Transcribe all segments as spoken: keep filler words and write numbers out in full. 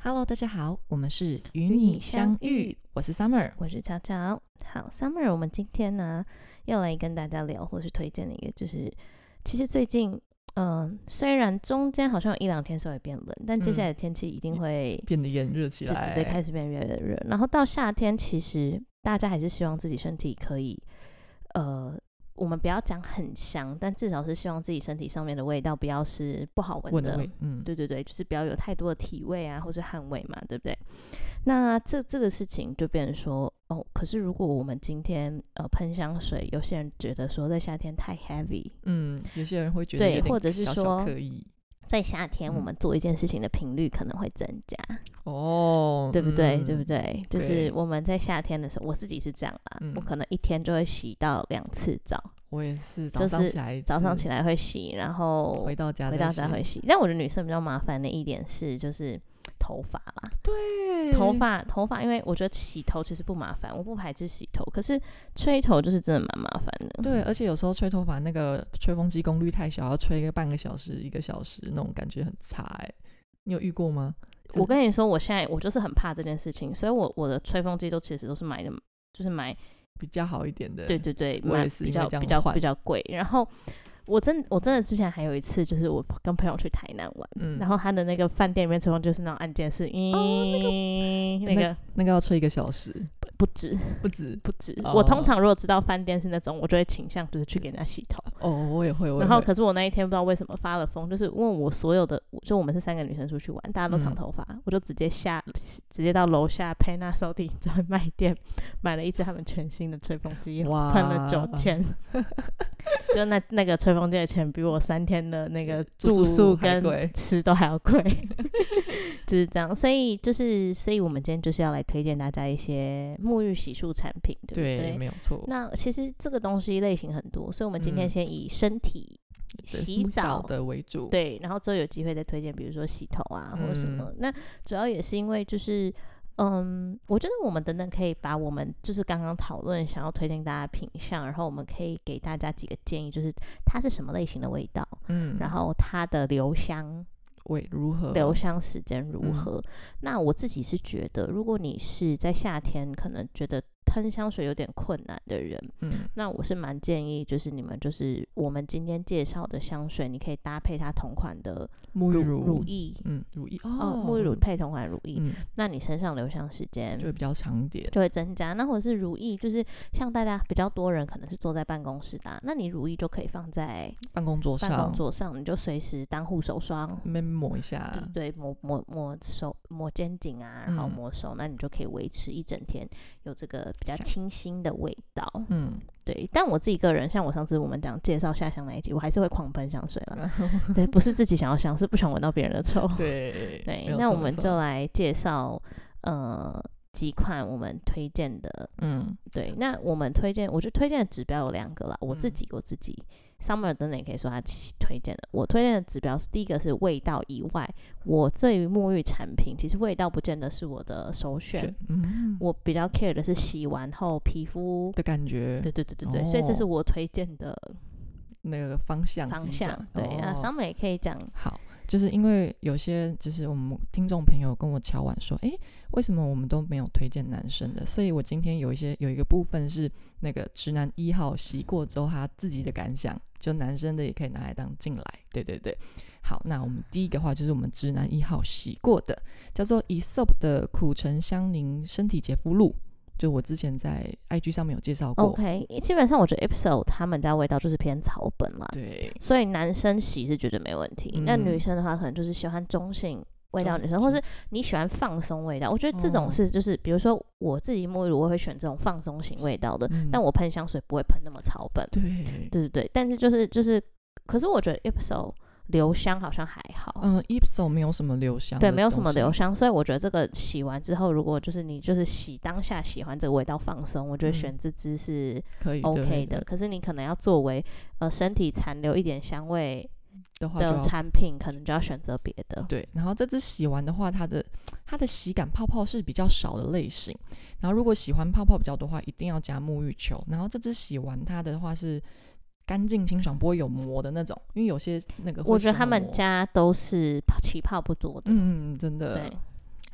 Hello， 大家好，我们是与你相遇，我是 Summer， 我是巧巧。好 ，Summer， 我们今天呢要来跟大家聊，或是推荐的一个，就是其实最近，嗯、呃，虽然中间好像有一两天稍微变冷，但接下来的天气一定会、 嗯、变得炎热起来， 对对对，开始变越来越热。然后到夏天，其实大家还是希望自己身体可以，呃。我们不要讲很香，但至少是希望自己身体上面的味道不要是不好闻的， 的味嗯、 对对对，就是不要有太多的体味啊，或是汗味嘛，对不对？那这这个事情就变成说，哦，可是如果我们今天呃喷香水，有些人觉得说在夏天太 heavy， 嗯，有些人会觉得有点小小刻意， 对，或者是说在夏天我们做一件事情的频率可能会增加， 哦、嗯， 对不对？ 嗯、 对不对？就是我们在夏天的时候，我自己是这样啦，嗯、我可能一天就会洗到两次澡。 我也是，早上起来、 就是、早上起来会洗，然后回到家回到家会洗。但我觉得女生比较麻烦的一点是，就是头发啦。 对， 头发头发，因为我觉得洗头其实不麻烦，我不排斥洗头，可是吹头就是真的蛮麻烦的。 对，而且有时候吹头发那个吹风机功率太小，要吹个半个小时、一个小时，那种感觉很差哎。你有遇过吗？ 我跟你说，我现在我就是很怕这件事情，所以我我的吹风机都其实都是买的，就是买。 比较好一点的， 对对对， 我也是比较比较比较贵。然后我真我真的之前还有一次，就是我跟朋友去台南玩，嗯、然后他的那个饭店里面吹风就是那种按键式，咦、 哦，那个、 那个那, 那个要吹一个小时， 不止不止不止、 哦。 我通常如果知道饭店是那种，我就会倾向就是去给人家洗头。 哦，我也会。我也会然后可是我那一天不知道为什么发了疯，就是因为我所有的，就我们是三个女生出去玩，大家都长头发，嗯、我就直接下直接到楼下 Panasonic 专卖店买了一支他们全新的吹风机，喷了九千，就那那个吹风机的钱比我三天的那个住宿跟吃都还要贵，就是这样。所以就是所以我们今天就是要来推荐大家一些沐浴洗漱产品，对不对？ 对，没有错。 那其实这个东西类型很多，所以我们今天先以身体洗澡的为主， 对，然后之后有机会再推荐，比如说洗头啊、嗯、或者什么。那主要也是因为就是。嗯，我觉得我们等等可以把我们就是刚刚讨论想要推荐大家的品项，然后我们可以给大家几个建议，就是它是什么类型的味道，嗯，然后它的留香味如何， 留香时间如何、嗯。那我自己是觉得，如果你是在夏天可能觉得喷香水有点困难的人，嗯，那我是蛮建议，就是你们就是我们今天介绍的香水，你可以搭配它同款的沐浴乳乳液， 嗯，乳液哦，沐浴乳配同款乳液、嗯，那你身上留香时间就会比较长一点， 就会增加。那或者是乳液，就是像大家比较多人可能是坐在办公室的、啊，那你乳液就可以放在办公桌上， 办公桌上你就随时当护手霜， 抹一下， 对，对抹抹抹手抹肩颈啊，然后抹手、嗯，那你就可以维持一整天有这个比较清新的味道，嗯，对。但我自己个人，像我上次我们讲介绍下香那一集，我还是会狂喷香水啦。对，不是自己想要香，是不想闻到别人的臭。 对对，那我们就来介绍呃几款我们推荐的，嗯，对。那我们推荐，我觉得推荐的指标有两个啦，我自己、嗯、我自己。Summer 等等也可以说他推荐的，我推荐的指标是第一个是味道以外，我对于沐浴产品其实味道不见得是我的首选，嗯、我比较 care 的是洗完后皮肤的感觉， 对对对对对、哦，所以这是我推荐的那个方向方向，对，那、哦、Summer 也可以讲。 好，就是因为有些就是我们听众朋友跟我敲碗说，哎，为什么我们都没有推荐男生的？所以我今天有一些有一个部分是那个直男一号洗过之后他自己的感想，就男生的也可以拿来当进来，对对对。好，那我们第一个话就是我们直男一号洗过的，叫做 E S O P 的苦橙香凝身体洁肤露。就我之前在 I G 上面有介绍过 OK， 基本上我觉得 Ipso 他们家味道就是偏草本啦， 对， 所以男生洗是绝对没问题、嗯、那女生的话可能就是喜欢中性味道女生，或是你喜欢放松味道，我觉得这种是就是、哦、比如说我自己沐浴乳我会选这种放松型味道的、嗯、但我喷香水不会喷那么草本， 对对对对，但是就是就是可是我觉得 Ipso留香好像还好， 嗯 ，Ipso 没有什么留香， 对，没有什么留香，所以我觉得这个洗完之后，如果就是你就是洗当下喜欢这个味道放松，我觉得选这支是 OK 的。 嗯、对对对， 可是你可能要作为呃身体残留一点香味的话的产品，可能就要选择别的。 对，然后这支洗完的话，它的它的洗感泡泡是比较少的类型。然后如果喜欢泡泡比较多的话，一定要加沐浴球。然后这支洗完它的话是干净清爽，不会有膜的那种，因为有些那个会我觉得他们家都是起泡不多的， 嗯，真的。 对， 好，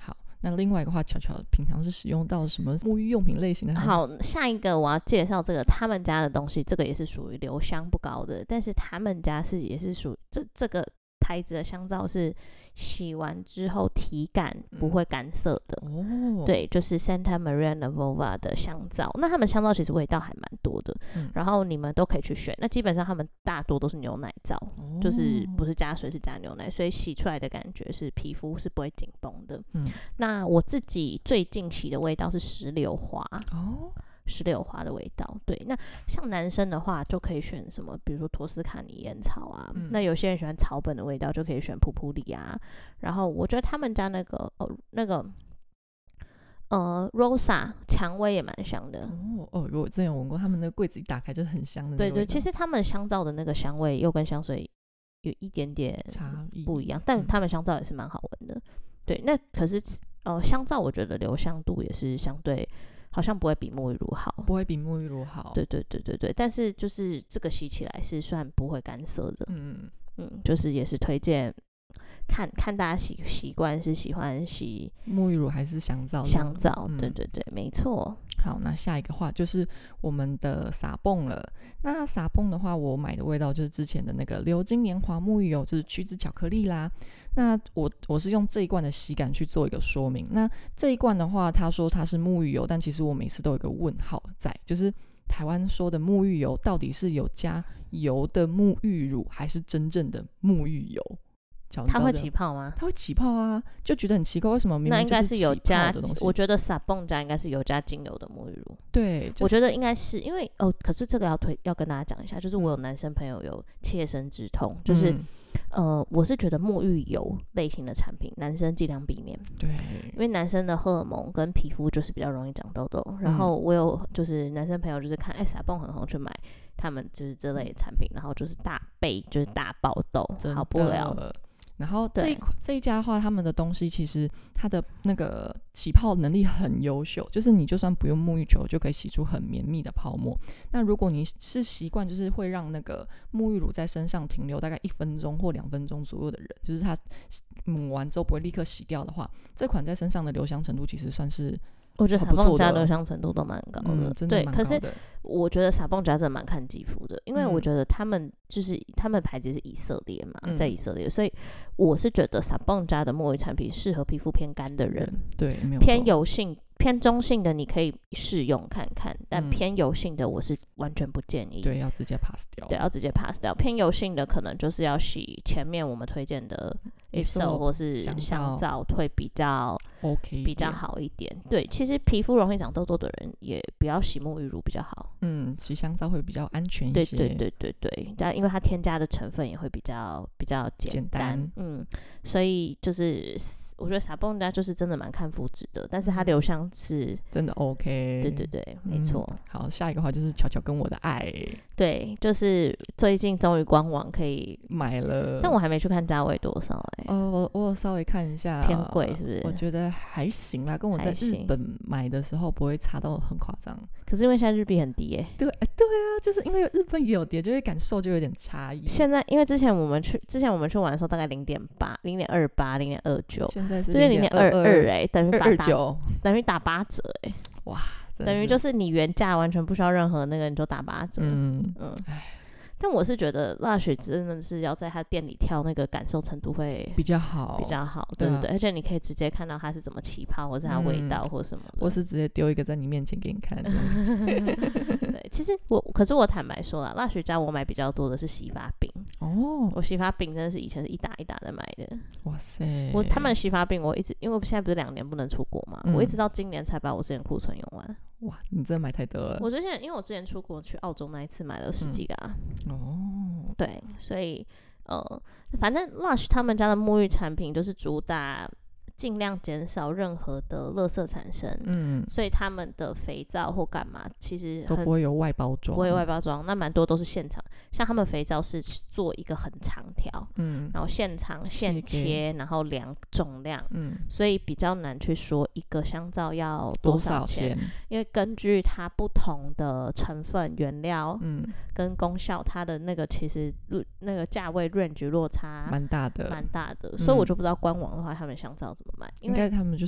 那另外一个话，巧巧平常是使用到什么沐浴用品类型的？ 好，下一个我要介绍这个他们家的东西，这个也是属于留香不高的，但是他们家是也是属于这这个牌子的香皂是洗完之后体感不会干涩的、 嗯哦、 对，就是 Santa Maria Nuova 的香皂。那他们香皂其实味道还蛮多的、嗯、然后你们都可以去选，那基本上他们大多都是牛奶皂、哦、就是不是加水是加牛奶，所以洗出来的感觉是皮肤是不会紧绷的、嗯、那我自己最近洗的味道是石榴花哦，石榴花的味道。对，那像男生的话就可以选什么，比如说托斯卡尼烟草啊、嗯、那有些人喜欢草本的味道就可以选普普里啊。然后我觉得他们家那个哦那个呃 Rosa 蔷薇也蛮香的哦哦，我之前有闻过他们那个柜子一打开就是很香的那个味道。 对对，其实他们香皂的那个香味又跟香水有一点点不一样，但他们香皂也是蛮好闻的、嗯、对。那可是呃香皂我觉得留香度也是相对好像不会比沐浴乳好， 不会比沐浴乳好。 对对对对对，但是就是这个洗起来是算不会干涩的。嗯嗯，就是也是推荐看看大家习习惯是喜欢洗沐浴乳还是香皂？ 香皂，嗯、对对对，没错。 好，那下一个话就是我们的撒泵了。那撒泵的话，我买的味道就是之前的那个流金年华沐浴油，就是曲子巧克力啦。那我我是用这一罐的洗感去做一个说明。那这一罐的话，他说它是沐浴油，但其实我每次都有一个问号在，就是台湾说的沐浴油到底是有加油的沐浴乳，还是真正的沐浴油？ 它会起泡吗？ 它会起泡啊，就觉得很奇怪，为什么明明就是起泡的东西？那应该是有加， 我觉得撒泵家应该是有加精油的沐浴乳。 对、就是， 我觉得应该是因为哦，可是这个要推要跟大家讲一下，就是我有男生朋友有切身之痛，就是、嗯、呃，我是觉得沐浴油类型的产品，男生尽量避免。 对， 因为男生的荷尔蒙跟皮肤就是比较容易长痘痘。然后我有就是男生朋友就是看哎撒泵很红去买他们就是这类的产品，然后就是大倍就是大爆痘，好不了。 然后这一这一家的话，他们的东西其实它的那个起泡能力很优秀，就是你就算不用沐浴球就可以洗出很绵密的泡沫。那如果你是习惯就是会让那个沐浴乳在身上停留大概一分钟或两分钟左右的人，就是它抹完之后不会立刻洗掉的话，这款在身上的留香程度其实算是我觉得撒泵家留香程度都蛮高的、 嗯、真的蛮高的。 对，可是我觉得撒泵家真的蛮看肌肤的，因为我觉得他们就是他们牌子是以色列嘛、嗯、在以色列，所以我是觉得撒泵家的沐浴产品适合皮肤偏干的人、嗯、 对，没有偏油性偏中性的你可以试用看看，但偏油性的我是完全不建议、 嗯、对，要直接 pass 掉。 对，要直接 pass 掉。偏油性的可能就是要洗前面我们推荐的 I S O 或是香皂会比较 OK 比较好一点。对，其实皮肤容易长痘痘的人也不要洗沐浴乳比较好。 嗯，洗香皂会比较安全一些。 对对对对对，但因为它添加的成分也会比较比较简单。简单嗯，所以就是我觉得撒泵家就是真的蛮看肤质的，但是它留香是真的 OK。 对对对，没错、嗯。 好，下一个话就是巧巧跟我的爱。 对，就是最近终于官网可以买了， 但我还没去看价位多少哎、 欸。哦，我我有稍微看一下， 偏贵是不是？ 我觉得还行啦，跟我在日本买的时候不会差到很夸张。 可是因为现在日币很低哎、欸。 对对啊，就是因为日本也有跌，就会感受就有点差异。 现在因为之前我们去之前我们去玩的时候大概零点八、零点二八、零点二九， 现在是零点二二哎，等于二九， 等于打八折哎、欸。 哇， 等于就是你原价完全不需要任何那个，你就打八折。嗯嗯，但我是觉得Lush真的是要在他店里挑那个感受程度会比较好， 比较好，对不对？而且你可以直接看到它是怎么起泡，或是它味道或什么的， 或是直接丢一个在你面前给你看。 对，其实我可是我坦白说啦，Lush家我买比较多的是洗发饼哦，我洗发饼真的是以前是一打一打的买的。 哇塞！ 我他们洗发饼我一直因为我现在不是两年不能出国嘛、嗯，我一直到今年才把我之前库存用完。 哇，你真的买太多了！ 我之前因为我之前出国去澳洲那一次买了十几个啊。嗯、哦，对，所以呃，反正 Lush 他们家的沐浴产品就是主打尽量减少任何的垃圾产生，嗯，所以他们的肥皂或干嘛其实都不会有外包装， 不会有外包装，那蛮多都是现场，像他们肥皂是做一个很长条，嗯，然后现场现切，然后量重量，嗯，所以比较难去说一个香皂要多少钱，多少钱因为根据它不同的成分原料，嗯，跟功效，它的那个其实那个价位 range 落差蛮大的， 蛮大的，所以我就不知道官网的话他们香皂怎么卖， 应该他们就是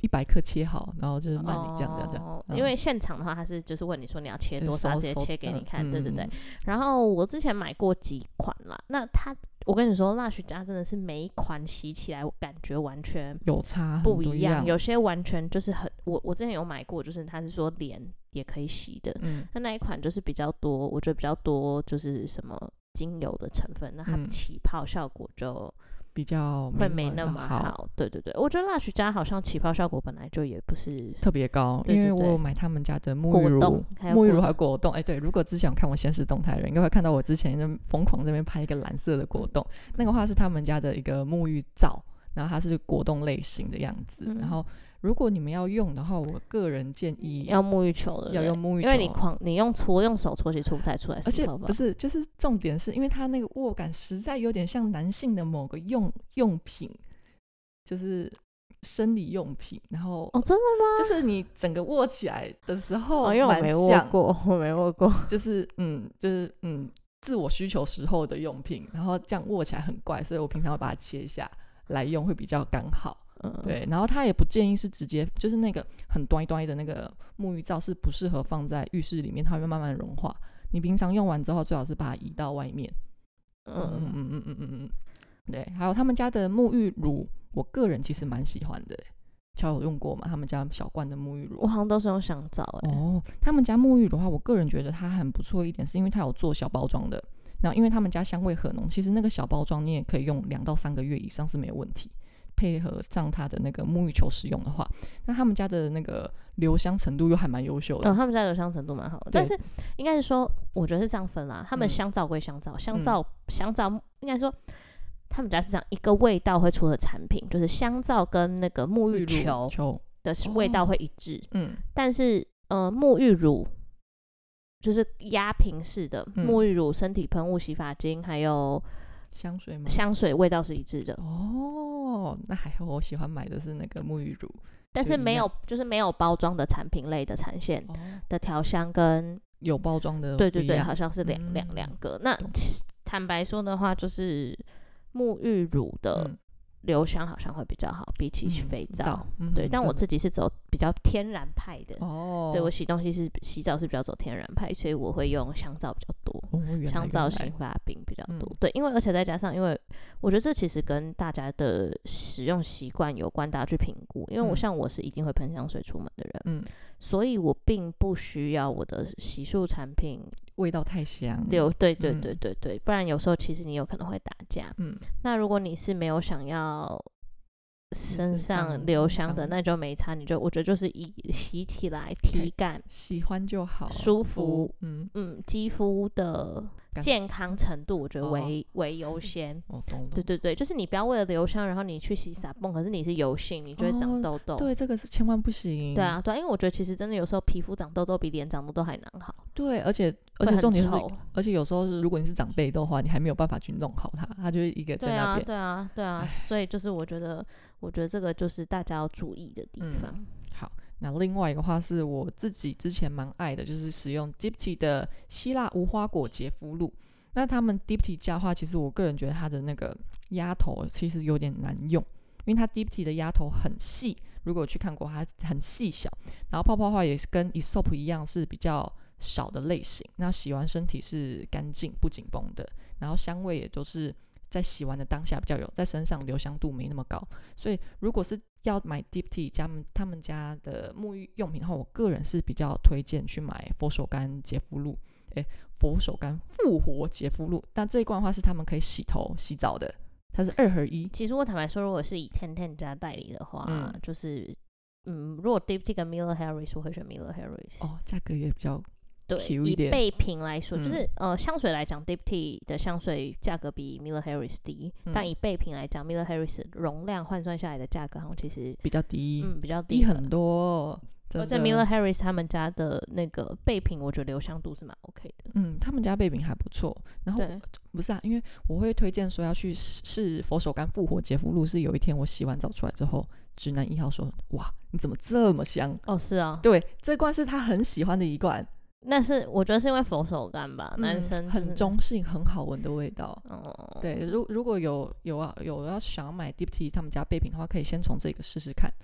一百克切好，然后就是慢你这样这样这样、嗯、 因为现场的话他是就是问你说你要切多少，直接切给你看、嗯、对对对。然后我之前买过几款啦，那他我跟你说 Lush 家真的是每一款洗起来我感觉完全有差不一样， 样有些完全就是很我我之前有买过，就是他是说脸也可以洗的，嗯，那那一款就是比较多，我觉得比较多就是什么精油的成分，那它起泡效果就比较会没那么好。好对对对，我觉得 Lush 家好像起泡效果本来就也不是特别高，对对对，因为我有买他们家的沐浴乳，沐浴乳还有果冻。哎，对，如果之前有看我现实动态的人，应该会看到我之前就疯狂这边拍一个蓝色的果冻，那个话是他们家的一个沐浴皂，然后它是果冻类型的样子，嗯、然后。如果你们要用的话，我个人建议要沐浴球的， 要用沐浴球， 因为你狂你用搓用手搓，其实搓不太出来什么泡泡。 而且不是，就是重点是因为它那个握感实在有点像男性的某个用用品，就是生理用品。然后哦，真的吗？ 就是你整个握起来的时候， 哦，因为我没握过，我没握过， 就是嗯，就是嗯，自我需求时候的用品，然后这样握起来很怪，所以我平常会把它切下来用，会比较刚好。嗯、对，然后他也不建议是直接就是那个很端端的那个沐浴皂是不适合放在浴室里面，它会慢慢融化。你平常用完之后最好是把它移到外面。嗯嗯嗯嗯嗯嗯嗯，对。还有他们家的沐浴乳，我个人其实蛮喜欢的。乔有用过吗？他们家小罐的沐浴乳， 我好像都是用香皂。哎， 哦，他们家沐浴乳的话，我个人觉得它很不错一点，是因为它有做小包装的。然后因为他们家香味很浓，其实那个小包装你也可以用两到三个月以上是没有问题。配合上它的那个沐浴球使用的话，那他们家的那个留香程度又还蛮优秀的。 嗯，他们家留香程度蛮好的，但是应该是说，我觉得是这样分啦。他们香皂归香皂，嗯、香皂香皂应该说，他们家是这样一个味道会出的产品，就是香皂跟那个沐浴球的味道会一致。哦、嗯，但是呃，沐浴乳就是压瓶式的、嗯、沐浴乳、身体喷雾、洗发精还有。 香水吗？ 香水味道是一致的哦，那还好，我喜欢买的是那个沐浴乳， 但是没有就是没有包装的产品类的产线的调香跟有包装的， 对对对，好像是两两两个。那坦白说的话，就是沐浴乳的留香好像会比较好，比起肥皂。嗯、对、嗯，但我自己是走比较天然派的。哦，对我洗东西是洗澡是比较走天然派，所以我会用香皂比较多。哦、香皂、洗发饼比较多、嗯。对，因为而且再加上，因为我觉得这其实跟大家的使用习惯有关，大家去评估。因为我像我是一定会喷香水出门的人，嗯，所以我并不需要我的洗漱产品味道太香。 对对对对对对、嗯，不然有时候其实你有可能会打架。嗯，那如果你是没有想要身上留香的，那就没差，你就我觉得就是以洗起来体感喜欢就好， 舒服，嗯嗯，肌肤的健康程度我觉得为、哦、为优先。 哦，懂懂。 对对对，就是你不要为了留香，然后你去洗撒泵，可是你是油性，你就会长痘痘。哦、 对，这个是千万不行。 对啊，对啊，因为我觉得其实真的有时候皮肤长痘痘比脸长痘痘还难好。 对，而且而且重点是，而且有时候是如果你是长痘痘的话，你还没有办法去弄好它，它就会一个在那边。 对啊，对啊，对啊，所以就是我觉得。我觉得这个就是大家要注意的地方。 嗯、好，那另外一个话是我自己之前蛮爱的，就是使用 Diptyque 的希腊无花果洁肤露。那他们 Diptyque 家的话，其实我个人觉得它的那个压头其实有点难用，因为它 Diptyque 的压头很细，如果有去看过它很细小，然后泡泡的话也是跟 Aesop 一样是比较少的类型。那洗完身体是干净不紧绷的，然后香味也都是在洗完的当下比较有，在身上留香度没那么高，所以如果是要买 Diptyque 家他们家的沐浴用品的话，我个人是比较推荐去买佛手柑洁肤露，诶，佛手柑复活洁肤露，但这一罐的话是他们可以洗头洗澡的，它是二合一。 其实我坦白说，如果是以 Ten Ten 家代理的话，嗯、就是嗯，如果 Diptyque 跟 Miller Harris 我会选 Miller Harris。 哦，价格也比较。 对，以备品来说，嗯、就是呃香水来讲 ，Diptyque 的香水价格比 Miller Harris 低，嗯、但以备品来讲 ，Miller Harris 的容量换算下来的价格好像其实比较低， 嗯，比较低, 低很多。 而且 Miller Harris 他们家的那个备品，我觉得留香度是蛮 OK 的。 嗯，他们家备品还不错。然后不是啊，因为我会推荐说要去试佛手柑复活洁肤露，是有一天我洗完澡出来之后。直男一号说：“哇，你怎么这么香？” 哦，是啊， 对，这罐是他很喜欢的一罐。 那是我觉得是因为佛手柑吧，嗯、男生、就是、 很中性，很好闻的味道。哦，对，如如果有有有要想要买 Diptyque 他们家备品的话，可以先从这个试试看。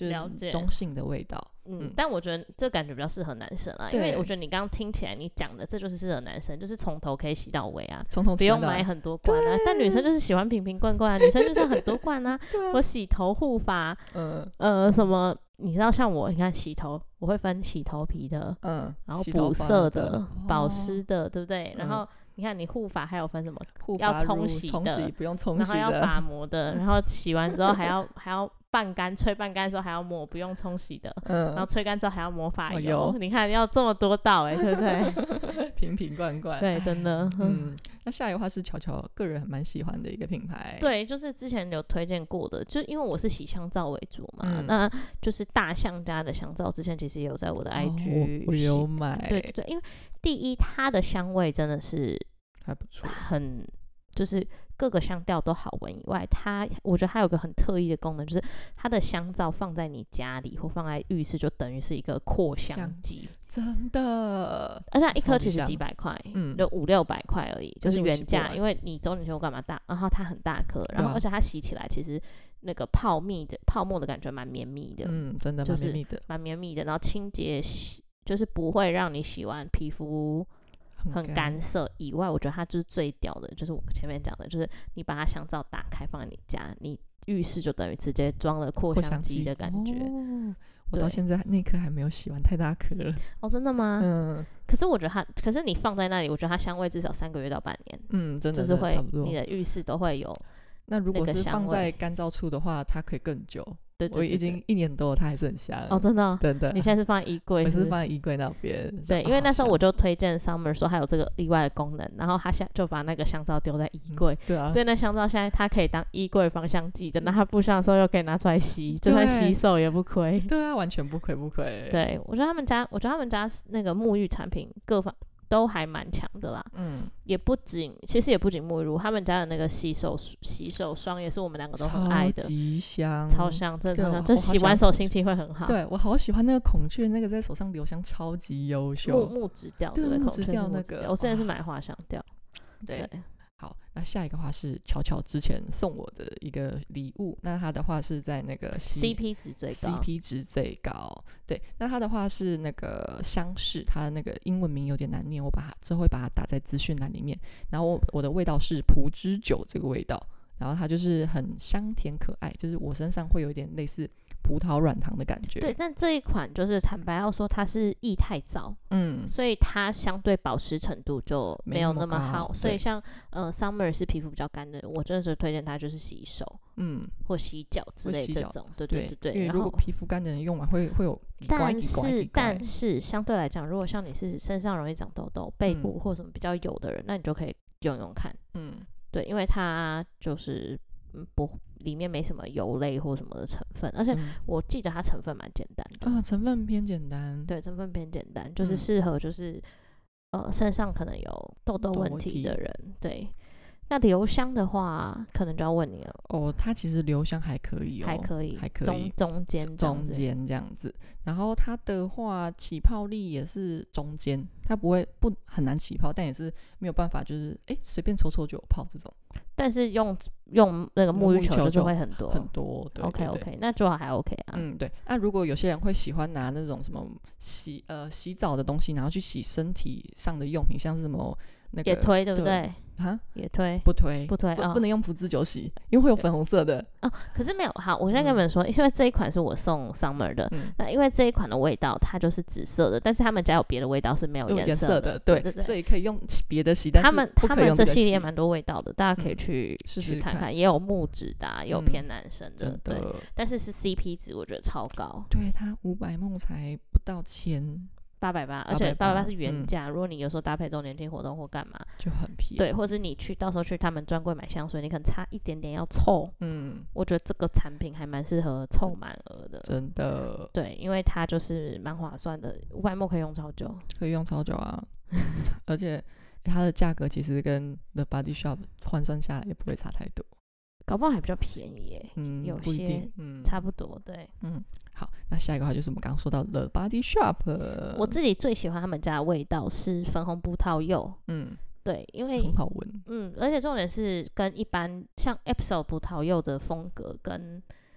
就是中性的味道。 嗯, 嗯，但我觉得这感觉比较适合男生啦，因为我觉得你刚刚听起来你讲的这就是适合男生，就是从头可以洗到尾啊， 从头不用买很多罐啊。但女生就是喜欢瓶瓶罐罐啊，女生就是很多罐啊。啊我洗头护发，嗯呃什么，你知道像我，你看洗头我会分洗头皮的，嗯，然后补色的、保湿的，对不对？然后。你看，你护发还有分什么？要冲洗的， 冲洗不用冲洗的， 然后要发膜的，然后洗完之后还要还要半干，吹半干的时候还要抹不用冲洗的，嗯，然后吹干之后还要抹发油。哦、你看要这么多道哎、欸，对不对？ 瓶瓶罐罐， 对，真的。 嗯，那下一个话是乔乔个人蛮喜欢的一个品牌， 对，就是之前有推荐过的，就因为我是洗香皂为主嘛，嗯、那就是大象家的香皂，之前其实也有在我的 I G，、 哦、我, 我有买， 对对对，因为第一它的香味真的是。 还不错， 很就是各个香调都好闻以外，它我觉得它有个很特异的功能，就是它的香皂放在你家里或放在浴室，就等于是一个扩香机， 真的。 而且它一颗其实几百块，嗯，就五六百块而已，就是原价。因为你周年庆我干嘛大，然后它很大颗，然后而且它洗起来其实那个泡蜜的泡沫的感觉蛮绵密的， 嗯，真的蛮绵密的， 蛮绵密的。然后清洁洗就是不会让你洗完皮肤。很干涩以外，我觉得它就是最屌的，就是我前面讲的，就是你把它香皂打开放在你家，你浴室就等于直接装了扩香机的感觉。 哦，我到现在那颗还没有洗完，太大颗了。 哦，真的吗？嗯。可是我觉得它，可是你放在那里，我觉得它香味至少三个月到半年。 嗯，真的就是会差不多， 你的浴室都会有。 那如果是放在干燥处的话，它可以更久。 对对对对， 我已经一年多了，它还是很香哦，真的、哦， 真的。 你现在是放在衣柜？ 我是放在衣柜那边。 对，因为那时候我就推荐 Summer 说它有这个例外的功能，然后他就把那个香皂丢在衣柜、嗯， 对啊， 所以那香皂现在它可以当衣柜芳香剂的，那它不香的时候又可以拿出来洗，就算洗手也不亏。 对啊，完全不亏不亏。 对，我觉得他们家，我觉得他们家那个沐浴产品各方都还蛮强的啦，嗯，也不仅，其实也不仅沐浴乳，他们家的那个洗手洗手霜也是我们两个都很爱的， 超级香， 超香，真的超香，就洗完手心情会很好。 对，我好喜欢那个孔雀，那个在手上留香超级优秀， 木木质调， 对，木质调那个，我之前是买花香调，对。 对好，那下一个话是乔乔之前送我的一个礼物，那它的话是在那个 C P 值最高 ，C P 值最高。对，那它的话是那个香士，它的那个英文名有点难念，我把它之后会把它打在资讯栏里面。然后 我, 我的味道是葡之酒这个味道，然后它就是很香甜可爱，就是我身上会有一点类似葡萄软糖的感觉。 对，但这一款就是坦白要说，它是液态皂，嗯，所以它相对保湿程度就没有那么好。么所以像呃 Summer 是皮肤比较干的，我真的是推荐它就是洗手，嗯，或洗脚之类这种。对对对对。 因为如果皮肤干的人用完会会有一怪一怪一怪。 但是但是相对来讲，如果像你是身上容易长痘痘、背部或什么比较油的人，嗯、那你就可以用用看。嗯，对，因为它就是嗯不。里面没什么油类或什么的成分，而且我记得它成分蛮简单的、 嗯、啊，成分偏简单， 对，成分偏简单，就是适合就是、嗯、呃身上可能有痘痘问题的人，对。那留香的话，可能就要问你了。 哦，它其实留香还可以哦， 还可以， 还可以， 中中间中间这样子。然后它的话，起泡力也是中间，它不会不很难起泡，但也是没有办法，就是哎随便搓搓就有泡这种。 但是用用那个沐浴球就是会很多很多，对 ，OK 对对 OK， 那就还 OK 啊。 嗯，对。那如果有些人会喜欢拿那种什么洗呃洗澡的东西，然后去洗身体上的用品，像是什么那个也推，对不对？ 啊， 也推不推不推、 不, 哦、 不能用葡萄酒洗，因为会有粉红色的哦。可是没有好，我现在跟你们说、嗯，因为这一款是我送 Summer 的、嗯，那因为这一款的味道它就是紫色的，但是他们家有别的味道是没有颜色的, 的对, 对对对， 所以可以用别的洗，但是不可以用这个洗。他们他们这系列蛮多味道的，大家可以去试试、嗯、 看看，也有木质的、啊，也有偏男生的， 嗯、 对，但是是 C P 值我觉得超高， 对，它五百梦才不到千。 八百八，而且八百八是原价、嗯。如果你有时候搭配周年庆活动或干嘛， 就很便宜。 对，或是你去到时候去他们专柜买香水，你可能差一点点要凑。嗯，我觉得这个产品还蛮适合凑满额的。 真的。 对，因为它就是蛮划算的，五百 ml 可以用超久。 可以用超久啊，而且它的价格其实跟 The Body Shop 换算下来也不会差太多。 搞不好还比较便宜耶， 嗯， 有些嗯差不多，对， 嗯，好，那下一个话就是我们刚刚说到的 Body Shop， 我自己最喜欢他们家的味道是粉红葡萄柚，嗯，对，因为很好闻， 嗯，而且重点是跟一般像 Episode 葡萄柚的风格跟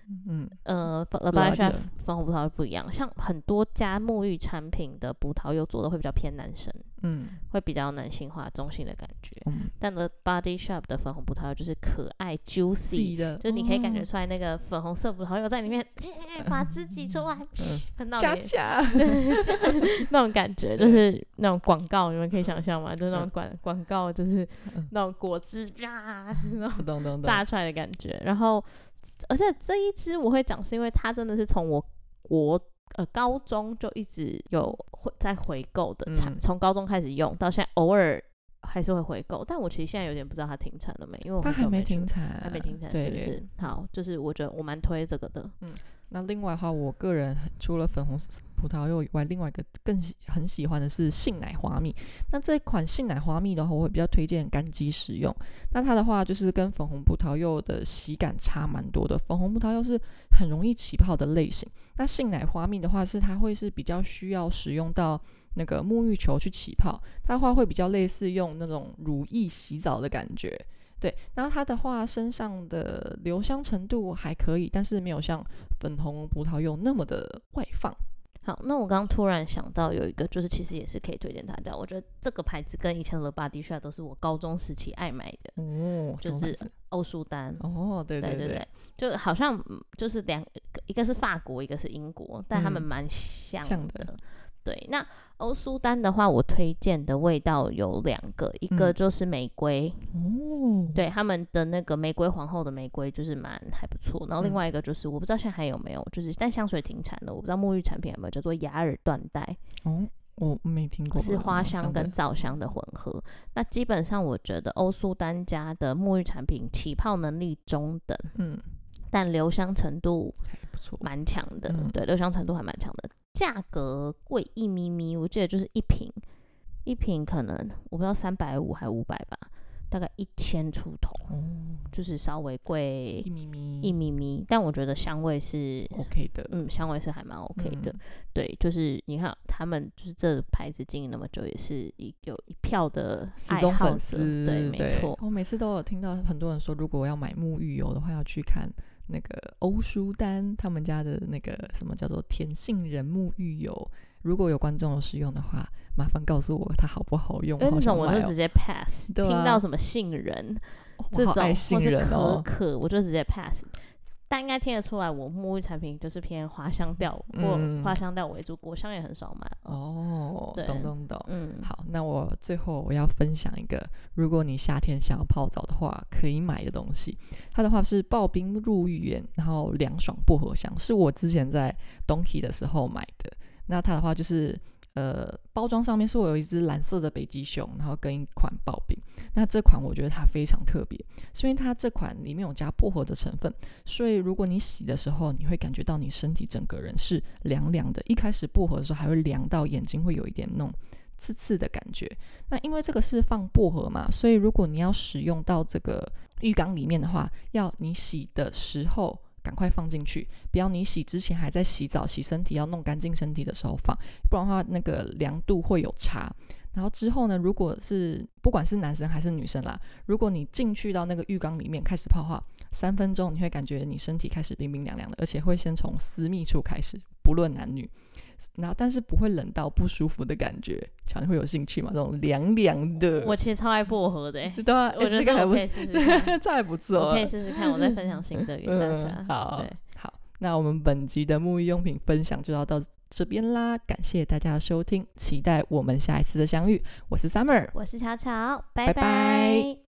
嗯， 呃 The Body Shop 粉红葡萄柚不一样，像很多家沐浴产品的葡萄柚做的会比较偏男生， 嗯， 会比较男性化中性的感觉， 嗯， 但 The Body Shop 的粉红葡萄柚就是可爱 juicy 的， 就是你可以感觉出来那个粉红色葡萄柚在里面、嗯、把汁挤出来喷、嗯、到加加对那种感觉就是那种广告，你们可以想象吗？就是那种广广告，就是那种果汁啊那种炸出来的感觉。然后而且这一支我会讲是因为它真的是从我国呃高中就一直有在回购的产，从、嗯、高中开始用到现在偶尔还是会回购，但我其实现在有点不知道它停产了没，因为我它还没停产， 还没停产是不是？好，就是我觉得我蛮推这个的。 嗯，那另外的话，我个人除了粉红葡萄柚以外，另外一个更喜很喜欢的是杏奶花蜜。那这款杏奶花蜜的话，我会比较推荐干肌使用。那它的话就是跟粉红葡萄柚的洗感差蛮多的。粉红葡萄柚是很容易起泡的类型，那杏奶花蜜的话是它会是比较需要使用到那个沐浴球去起泡，它的话会比较类似用那种乳液洗澡的感觉。对，然后它的话身上的留香程度还可以，但是没有像粉红葡萄柚那么的外放。 好，那我刚刚突然想到有一个，就是其实也是可以推荐大家，我觉得这个牌子跟以前的 The Body Shop 都是我高中时期爱买的， 哦， 就是欧舒丹。 哦，对对对, 对对，就好像就是两一个是法国，一个是英国，但他们蛮像的。嗯像的对，那欧舒丹的话，我推荐的味道有两个，一个就是玫瑰，嗯、对，他们的那个玫瑰皇后的玫瑰就是蛮还不错，然后另外一个就是、嗯、我不知道现在还有没有，就是但香水停产了，我不知道沐浴产品有没有叫做雅尔缎带， 哦，我没听过， 是花香跟皂香的混合。那基本上我觉得欧舒丹家的沐浴产品起泡能力中等，嗯，但留香程度蛮强的、嗯，对，留香程度还蛮强的。价格贵一咪咪，我记得就是一瓶，一瓶可能我不知道三百五还五百吧，大概一千出头、哦，就是稍微贵一咪咪， 一咪咪。但我觉得香味是 OK 的， 嗯，香味是还蛮 OK 的、嗯。对，就是你看他们就是这牌子经营那么久，也是一有一票的爱好者，粉丝对，没错。 我每次都有听到很多人说，如果我要买沐浴油的话，要去看那个欧舒丹他们家的那个什么叫做甜杏仁沐浴油，如果有观众有使用的话，麻烦告诉我它好不好用。 因为那种我就直接 pass，、啊、听到什么杏仁、哦、这种杏仁、哦、 或是可可，我就直接 pass。但应该听得出来，我沐浴产品就是偏花香调、嗯、或花香调为主，果香也很少买。 哦，懂懂懂。 嗯， 好，那我最后我要分享一个，如果你夏天想要泡澡的话，可以买的东西。它的话是刨冰入浴盐，然后凉爽薄荷香，是我之前在 Donkey 的时候买的。那它的话就是呃，包装上面是我有一只蓝色的北极熊，然后跟一款刨冰。那这款我觉得它非常特别，是因为它这款里面有加薄荷的成分，所以如果你洗的时候，你会感觉到你身体整个人是凉凉的。一开始薄荷的时候还会凉到眼睛会有一点那种刺刺的感觉。那因为这个是放薄荷嘛，所以如果你要使用到这个浴缸里面的话，要你洗的时候赶快放进去，不要你洗之前还在洗澡洗身体，要弄干净身体的时候放，不然的话那个凉度会有差。然后之后呢，如果是不管是男生还是女生啦，如果你进去到那个浴缸里面开始泡的话，三分钟你会感觉你身体开始冰冰凉凉的，而且会先从私密处开始，不论男女。然后但是不会冷到不舒服的感觉，乔你会有兴趣吗？这种凉凉的， 我其实超爱薄荷的、欸， 对啊， 我觉得这个我可以试试看， 这还不错， 我可以试试看，我再分享心得给大家。 嗯、好，对，好，那我们本集的沐浴用品分享就要到这边啦，感谢大家的收听，期待我们下一次的相遇。我是 Summer， 我是巧巧， 拜拜。